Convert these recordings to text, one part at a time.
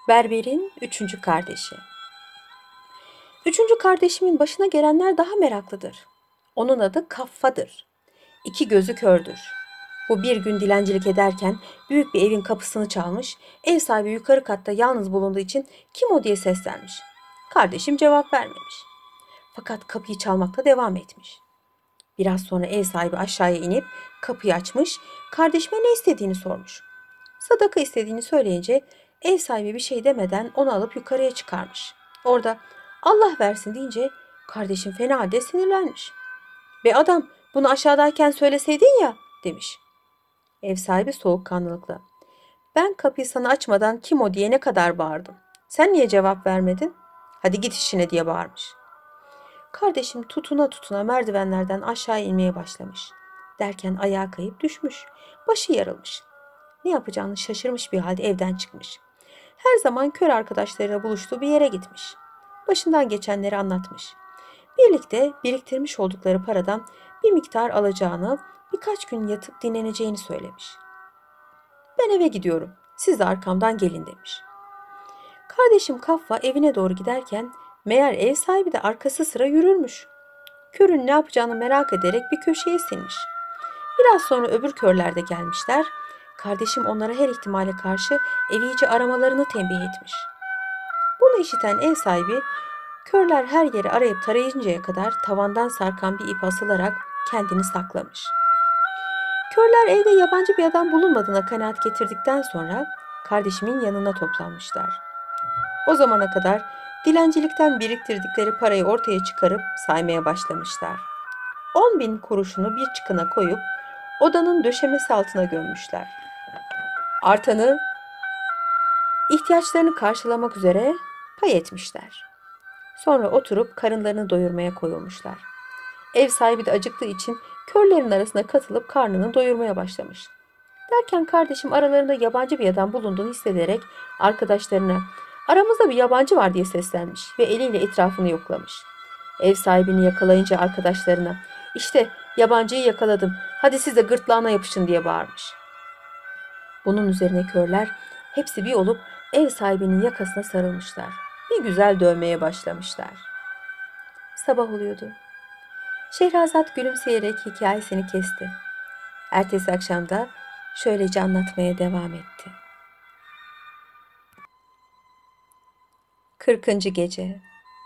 Berber'in üçüncü kardeşi. Üçüncü kardeşimin başına gelenler daha meraklıdır. Onun adı Kaffa'dır. İki gözü kördür. Bu bir gün dilencilik ederken büyük bir evin kapısını çalmış, ev sahibi yukarı katta yalnız bulunduğu için kim o diye seslenmiş. Kardeşim cevap vermemiş. Fakat kapıyı çalmakta devam etmiş. Biraz sonra ev sahibi aşağıya inip kapıyı açmış, kardeşime ne istediğini sormuş. Sadaka istediğini söyleyince ev sahibi bir şey demeden onu alıp yukarıya çıkarmış. Orada Allah versin deyince kardeşim fena halde sinirlenmiş. Be adam, bunu aşağıdayken söyleseydin ya, demiş. Ev sahibi soğukkanlılıkla. Ben kapıyı sana açmadan kim o diye ne kadar bağırdım. Sen niye cevap vermedin? Hadi git işine diye bağırmış. Kardeşim tutuna tutuna merdivenlerden aşağı inmeye başlamış. Derken ayağa kayıp düşmüş. Başı yarılmış. Ne yapacağını şaşırmış bir halde evden çıkmış. Her zaman kör arkadaşlarıyla buluştuğu bir yere gitmiş. Başından geçenleri anlatmış. Birlikte biriktirmiş oldukları paradan bir miktar alacağını, birkaç gün yatıp dinleneceğini söylemiş. Ben eve gidiyorum, siz de arkamdan gelin demiş. Kardeşim Kaffa evine doğru giderken meğer ev sahibi de arkası sıra yürürmüş. Körün ne yapacağını merak ederek bir köşeye sinmiş. Biraz sonra öbür körler de gelmişler. Kardeşim onlara her ihtimale karşı evi iyice aramalarını tembih etmiş. Bunu işiten ev sahibi körler her yeri arayıp tarayıncaya kadar tavandan sarkan bir ip asılarak kendini saklamış. Körler evde yabancı bir adam bulunmadığına kanaat getirdikten sonra kardeşimin yanına toplanmışlar. O zamana kadar dilencilikten biriktirdikleri parayı ortaya çıkarıp saymaya başlamışlar. 10.000 kuruşunu bir çıkına koyup odanın döşemesi altına gömmüşler. Artanı ihtiyaçlarını karşılamak üzere pay etmişler. Sonra oturup karınlarını doyurmaya koyulmuşlar. Ev sahibi de acıktığı için körlerin arasına katılıp karnını doyurmaya başlamış. Derken kardeşim aralarında yabancı bir adam bulunduğunu hissederek arkadaşlarına aramızda bir yabancı var diye seslenmiş ve eliyle etrafını yoklamış. Ev sahibini yakalayınca arkadaşlarına işte yabancıyı yakaladım, hadi siz de gırtlağına yapışın diye bağırmış. Bunun üzerine körler hepsi bir olup ev sahibinin yakasına sarılmışlar. Bir güzel dövmeye başlamışlar. Sabah oluyordu. Şehrazat gülümseyerek hikayesini kesti. Ertesi akşamda şöylece anlatmaya devam etti. 40. Gece.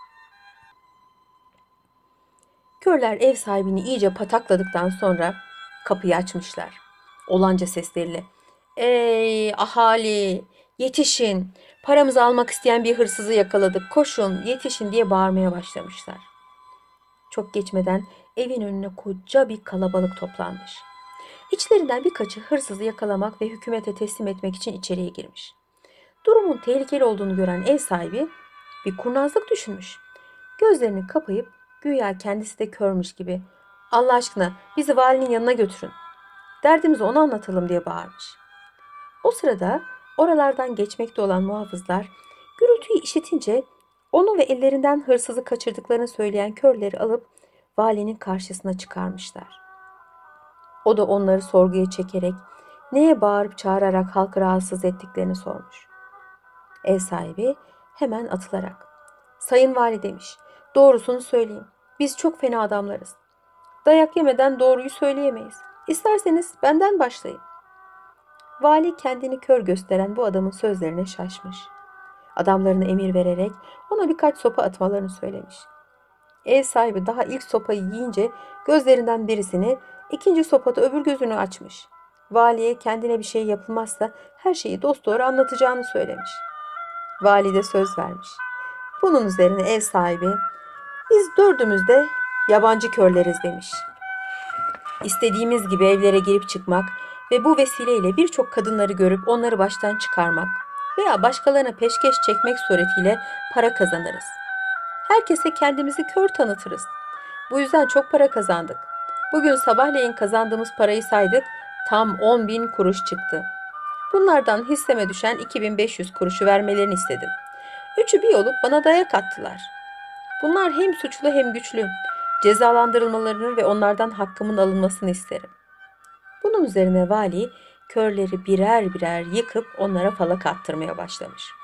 Körler ev sahibini iyice patakladıktan sonra kapıyı açmışlar. Olanca sesleriyle "Ey ahali, yetişin! Paramızı almak isteyen bir hırsızı yakaladık. Koşun, yetişin!" diye bağırmaya başlamışlar. Çok geçmeden evin önüne koca bir kalabalık toplanmış. İçlerinden birkaçı hırsızı yakalamak ve hükümete teslim etmek için içeriye girmiş. Durumun tehlikeli olduğunu gören ev sahibi bir kurnazlık düşünmüş. Gözlerini kapayıp güya kendisi de körmüş gibi "Allah aşkına bizi valinin yanına götürün. Derdimizi ona anlatalım" diye bağırmış. O sırada oralardan geçmekte olan muhafızlar gürültüyü işitince onu ve ellerinden hırsızı kaçırdıklarını söyleyen körleri alıp valinin karşısına çıkarmışlar. O da onları sorguya çekerek neye bağırıp çağırarak halkı rahatsız ettiklerini sormuş. Ev sahibi hemen atılarak "Sayın Vali" demiş, "doğrusunu söyleyeyim. Biz çok fena adamlarız. Dayak yemeden doğruyu söyleyemeyiz. İsterseniz benden başlayın." Vali kendini kör gösteren bu adamın sözlerine şaşmış. Adamlarına emir vererek ona birkaç sopa atmalarını söylemiş. Ev sahibi daha ilk sopayı yiyince gözlerinden birisini, ikinci sopada öbür gözünü açmış. Valiye kendine bir şey yapılmazsa her şeyi dosdoğru anlatacağını söylemiş. Vali de söz vermiş. Bunun üzerine ev sahibi "Biz dördümüz de yabancı körleriz" demiş. İstediğimiz gibi evlere girip çıkmak ve bu vesileyle birçok kadınları görüp onları baştan çıkarmak veya başkalarına peşkeş çekmek suretiyle para kazanırız. Herkese kendimizi kör tanıtırız. Bu yüzden çok para kazandık. Bugün sabahleyin kazandığımız parayı saydık, tam 10.000 kuruş çıktı. Bunlardan hisseme düşen 2.500 kuruşu vermelerini istedim. Üçü bir olup bana dayak attılar. Bunlar hem suçlu hem güçlü. Cezalandırılmalarını ve onlardan hakkımın alınmasını isterim. Bunun üzerine vali körleri birer birer yıkıp onlara falak attırmaya başlamış.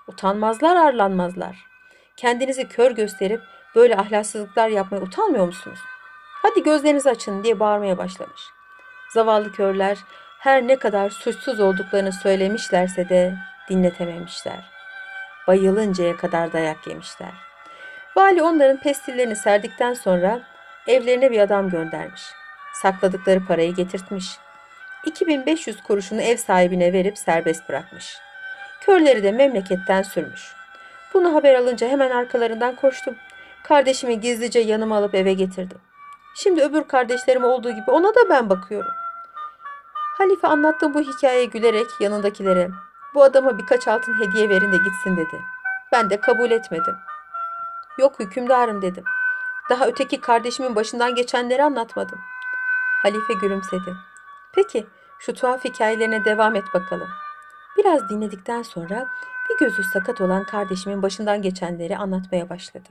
Utanmazlar, arlanmazlar. Kendinizi kör gösterip böyle ahlaksızlıklar yapmaya utanmıyor musunuz? Hadi gözlerinizi açın diye bağırmaya başlamış. Zavallı körler her ne kadar suçsuz olduklarını söylemişlerse de dinletememişler. Bayılıncaya kadar dayak yemişler. Vali onların pestillerini serdikten sonra evlerine bir adam göndermiş. Sakladıkları parayı getirtmiş. 2500 kuruşunu ev sahibine verip serbest bırakmış. Körleri de memleketten sürmüş. Bunu haber alınca hemen arkalarından koştum. Kardeşimi gizlice yanıma alıp eve getirdim. Şimdi öbür kardeşlerim olduğu gibi ona da ben bakıyorum. Halife anlattığım bu hikayeye gülerek yanındakilere bu adama birkaç altın hediye verin de gitsin dedi. Ben de kabul etmedim. Yok hükümdarım dedim. Daha öteki kardeşimin başından geçenleri anlatmadım. Halife gülümsedi. Peki şu tuhaf hikayelerine devam et bakalım. Biraz dinledikten sonra bir gözü sakat olan kardeşimin başından geçenleri anlatmaya başladım.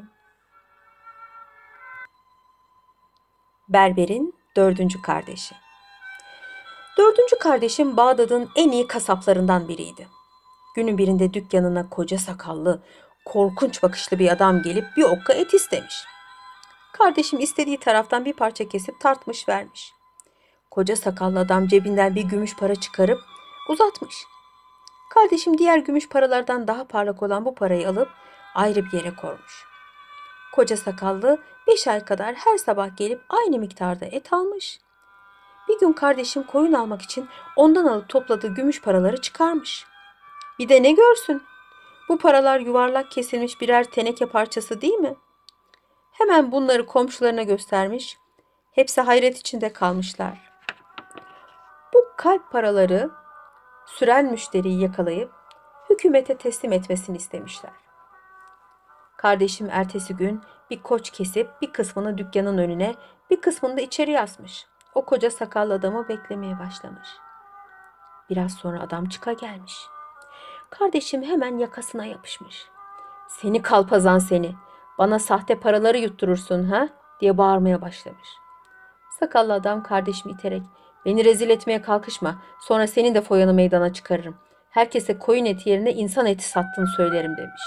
Berber'in dördüncü kardeşi. Dördüncü kardeşim Bağdat'ın en iyi kasaplarından biriydi. Günün birinde dükkanına koca sakallı, korkunç bakışlı bir adam gelip bir okka et istemiş. Kardeşim istediği taraftan bir parça kesip tartmış vermiş. Koca sakallı adam cebinden bir gümüş para çıkarıp uzatmış. Kardeşim diğer gümüş paralardan daha parlak olan bu parayı alıp ayrı bir yere koymuş. Koca sakallı 5 ay kadar her sabah gelip aynı miktarda et almış. Bir gün kardeşim koyun almak için ondan alıp topladığı gümüş paraları çıkarmış. Bir de ne görsün? Bu paralar yuvarlak kesilmiş birer teneke parçası değil mi? Hemen bunları komşularına göstermiş. Hepsi hayret içinde kalmışlar. Bu kalp paraları süren müşteriyi yakalayıp hükümete teslim etmesini istemişler. Kardeşim ertesi gün bir koç kesip bir kısmını dükkanın önüne, bir kısmını da içeri asmış. O koca sakallı adamı beklemeye başlamış. Biraz sonra adam çıka gelmiş. Kardeşim hemen yakasına yapışmış. Seni kalpazan seni, bana sahte paraları yutturursun ha diye bağırmaya başlamış. Sakallı adam kardeşimi iterek beni rezil etmeye kalkışma, sonra senin de foyanı meydana çıkarırım. Herkese koyun eti yerine insan eti sattığını söylerim demiş.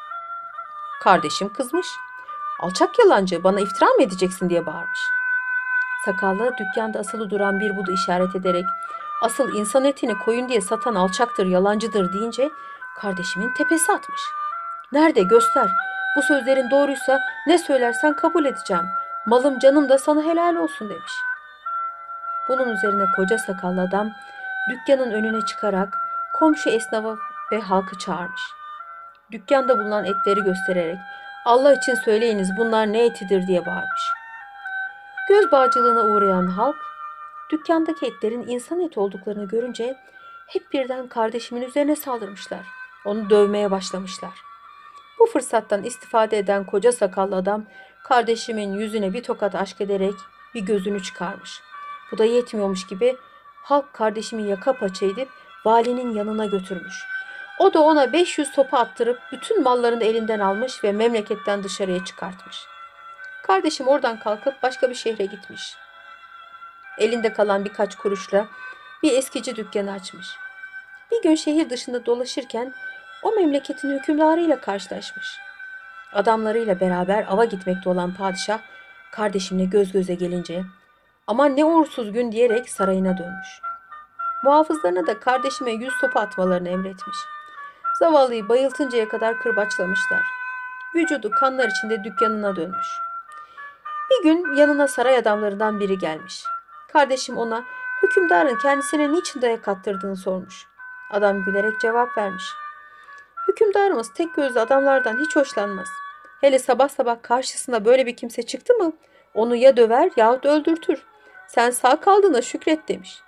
Kardeşim kızmış. Alçak yalancı, bana iftira mı edeceksin diye bağırmış. Sakallı dükkanda asılı duran bir budu işaret ederek asıl insan etini koyun diye satan alçaktır, yalancıdır deyince kardeşimin tepesi atmış. Nerede göster. Bu sözlerin doğruysa ne söylersen kabul edeceğim. Malım canım da sana helal olsun demiş. Bunun üzerine koca sakallı adam dükkanın önüne çıkarak komşu esnafı ve halkı çağırmış. Dükkanda bulunan etleri göstererek Allah için söyleyiniz bunlar ne etidir diye bağırmış. Göz bağcılığına uğrayan halk dükkandaki etlerin insan eti olduklarını görünce hep birden kardeşimin üzerine saldırmışlar. Onu dövmeye başlamışlar. Bu fırsattan istifade eden koca sakallı adam kardeşimin yüzüne bir tokat aşk ederek bir gözünü çıkarmış. Bu da yetmiyormuş gibi halk kardeşimi yaka paça edip valinin yanına götürmüş. O da ona 500 sopa attırıp bütün mallarını elinden almış ve memleketten dışarıya çıkartmış. Kardeşim oradan kalkıp başka bir şehre gitmiş. Elinde kalan birkaç kuruşla bir eskici dükkanı açmış. Bir gün şehir dışında dolaşırken o memleketin hükümdarıyla karşılaşmış. Adamlarıyla beraber ava gitmekte olan padişah kardeşimle göz göze gelince aman ne uğursuz gün diyerek sarayına dönmüş. Muhafızlarına da kardeşime 100 sopa atmalarını emretmiş. Zavallıyı bayıltıncaya kadar kırbaçlamışlar. Vücudu kanlar içinde dükkanına dönmüş. Bir gün yanına saray adamlarından biri gelmiş. Kardeşim ona hükümdarın kendisine niçin dayak attırdığını sormuş. Adam gülerek cevap vermiş. Hükümdarımız tek gözlü adamlardan hiç hoşlanmaz. Hele sabah sabah karşısına böyle bir kimse çıktı mı onu ya döver yahut öldürtür. Sen sağ kaldığına şükret demiş.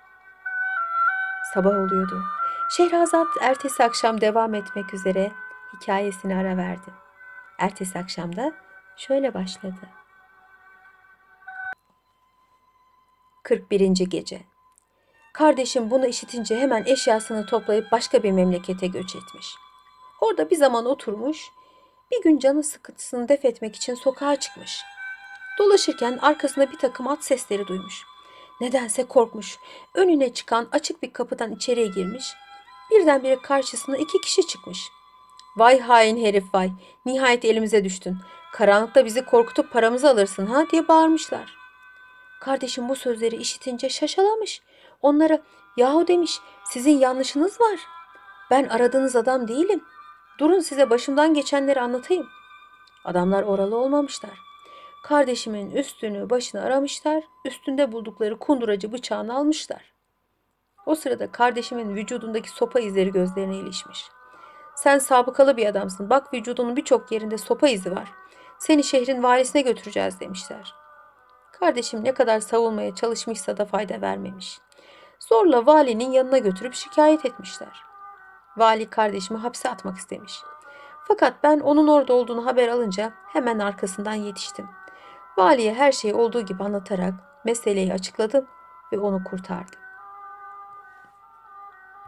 Sabah oluyordu. Şehrazat ertesi akşam devam etmek üzere hikayesine ara verdi. Ertesi akşamda şöyle başladı. 41. Gece. Kardeşim bunu işitince hemen eşyasını toplayıp başka bir memlekete göç etmiş. Orada bir zaman oturmuş, bir gün canı sıkıntısını def etmek için sokağa çıkmış. Dolaşırken arkasında bir takım at sesleri duymuş. Nedense korkmuş. Önüne çıkan açık bir kapıdan içeriye girmiş. Birdenbire karşısına iki kişi çıkmış. Vay hain herif vay. Nihayet elimize düştün. Karanlıkta bizi korkutup paramızı alırsın ha diye bağırmışlar. Kardeşim bu sözleri işitince şaşalamış. Onlara yahu demiş sizin yanlışınız var. Ben aradığınız adam değilim. Durun size başımdan geçenleri anlatayım. Adamlar oralı olmamışlar. Kardeşimin üstünü başını aramışlar. Üstünde buldukları kunduracı bıçağını almışlar. O sırada kardeşimin vücudundaki sopa izleri gözlerine ilişmiş. Sen sabıkalı bir adamsın. Bak vücudunun birçok yerinde sopa izi var. Seni şehrin valisine götüreceğiz demişler. Kardeşim ne kadar savunmaya çalışmışsa da fayda vermemiş. Zorla valinin yanına götürüp şikayet etmişler. Vali kardeşimi hapse atmak istemiş. Fakat ben onun orada olduğunu haber alınca hemen arkasından yetiştim. Valiye her şeyi olduğu gibi anlatarak meseleyi açıkladım ve onu kurtardım.